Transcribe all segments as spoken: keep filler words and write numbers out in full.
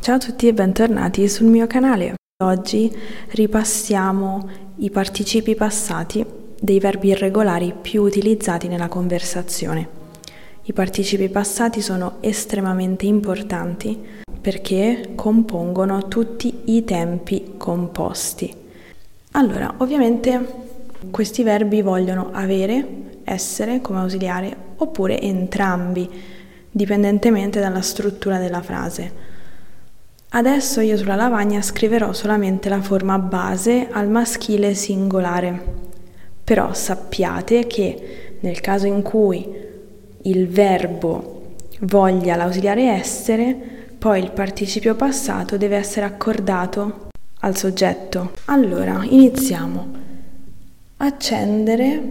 Ciao a tutti e bentornati sul mio canale. Oggi ripassiamo i participi passati dei verbi irregolari più utilizzati nella conversazione. I participi passati sono estremamente importanti perché compongono tutti i tempi composti. Allora, ovviamente questi verbi vogliono avere, essere come ausiliare oppure entrambi, dipendentemente dalla struttura della frase. Adesso io sulla lavagna scriverò solamente la forma base al maschile singolare, però sappiate che nel caso in cui il verbo voglia l'ausiliare essere, poi il participio passato deve essere accordato al soggetto. Allora, iniziamo. Accendere,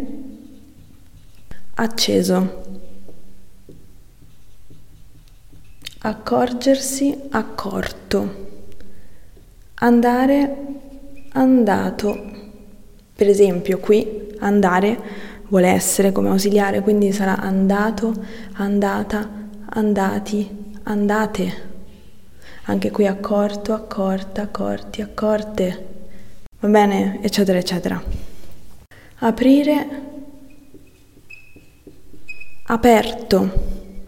acceso. Accorgersi, accorto. Andare, andato. Per esempio, qui andare vuole essere come ausiliare, quindi sarà andato, andata, andati, andate. Anche qui accorto, accorta, accorti, accorte. Va bene? Eccetera, eccetera. Aprire, aperto.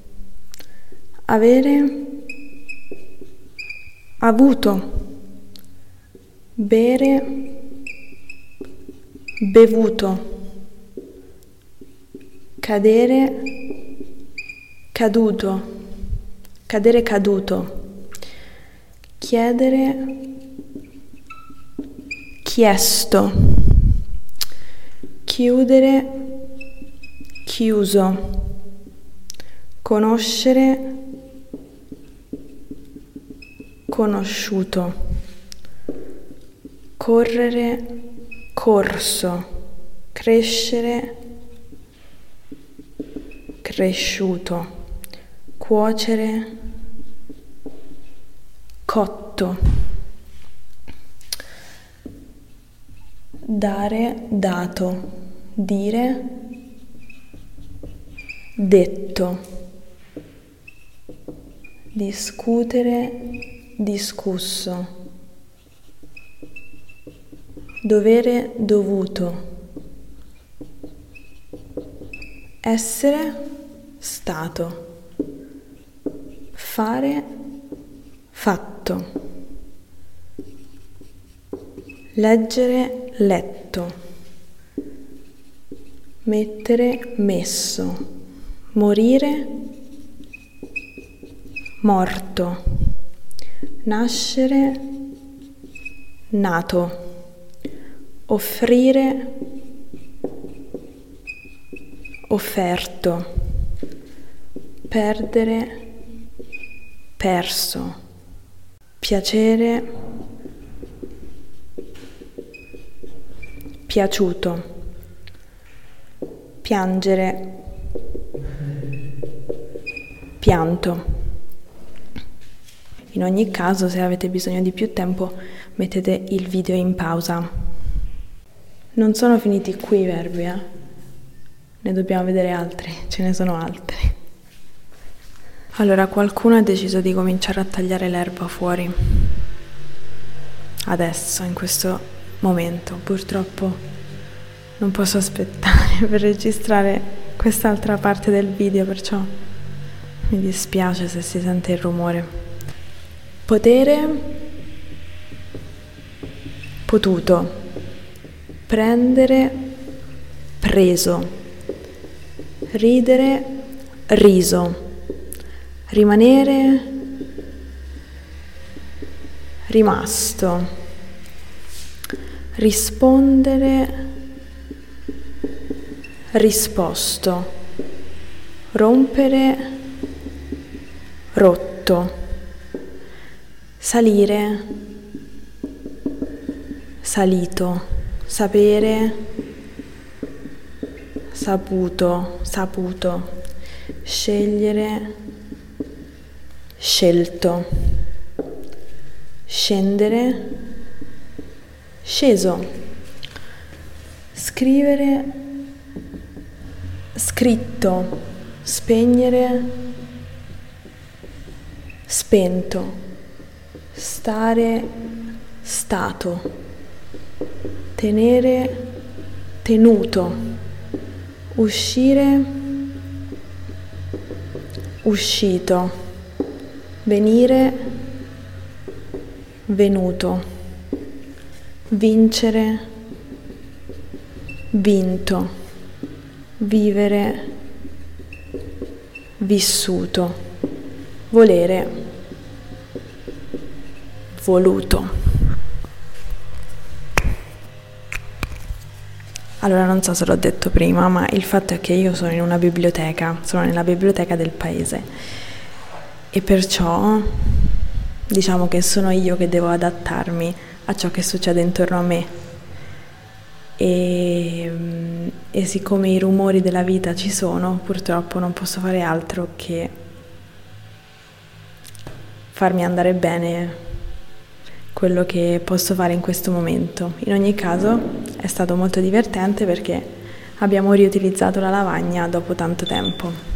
Avere, avuto. Bere, bevuto. Cadere, caduto. Cadere, caduto. Chiedere, chiesto. Chiudere, chiuso. Conoscere, conosciuto. Correre, corso. Crescere, cresciuto. Cuocere, cotto. Dare, dato. Dire, detto. Discutere, discusso. Dovere, dovuto. Essere, stato. Fare, fatto. Leggere, letto. Mettere, messo. Morire, morto. Nascere, nato. Offrire, offerto. Perdere, perso. Piacere, piaciuto. Piangere, pianto. In ogni caso, se avete bisogno di più tempo, mettete il video in pausa. Non sono finiti qui i verbi, eh? Ne dobbiamo vedere altri, ce ne sono altri. Allora, qualcuno ha deciso di cominciare a tagliare l'erba fuori. Adesso, in questo momento, purtroppo non posso aspettare per registrare quest'altra parte del video, perciò mi dispiace se si sente il rumore. Potere, potuto. Prendere, preso. Ridere, riso. Rimanere, rimasto. Rispondere, risposto. Rompere, rotto. Salire, salito. Sapere, saputo, saputo. Scegliere, scelto. Scendere, sceso. Scrivere, scritto. Spegnere, spento. stare, stato, tenere, tenuto, uscire, uscito, venire, venuto, vincere, vinto, vivere, vissuto, volere, voluto. Allora, non so se l'ho detto prima, ma il fatto è che io sono in una biblioteca, sono nella biblioteca del paese e perciò diciamo che sono io che devo adattarmi a ciò che succede intorno a me e, e siccome i rumori della vita ci sono, purtroppo non posso fare altro che farmi andare bene quello che posso fare in questo momento. In ogni caso è stato molto divertente perché abbiamo riutilizzato la lavagna dopo tanto tempo.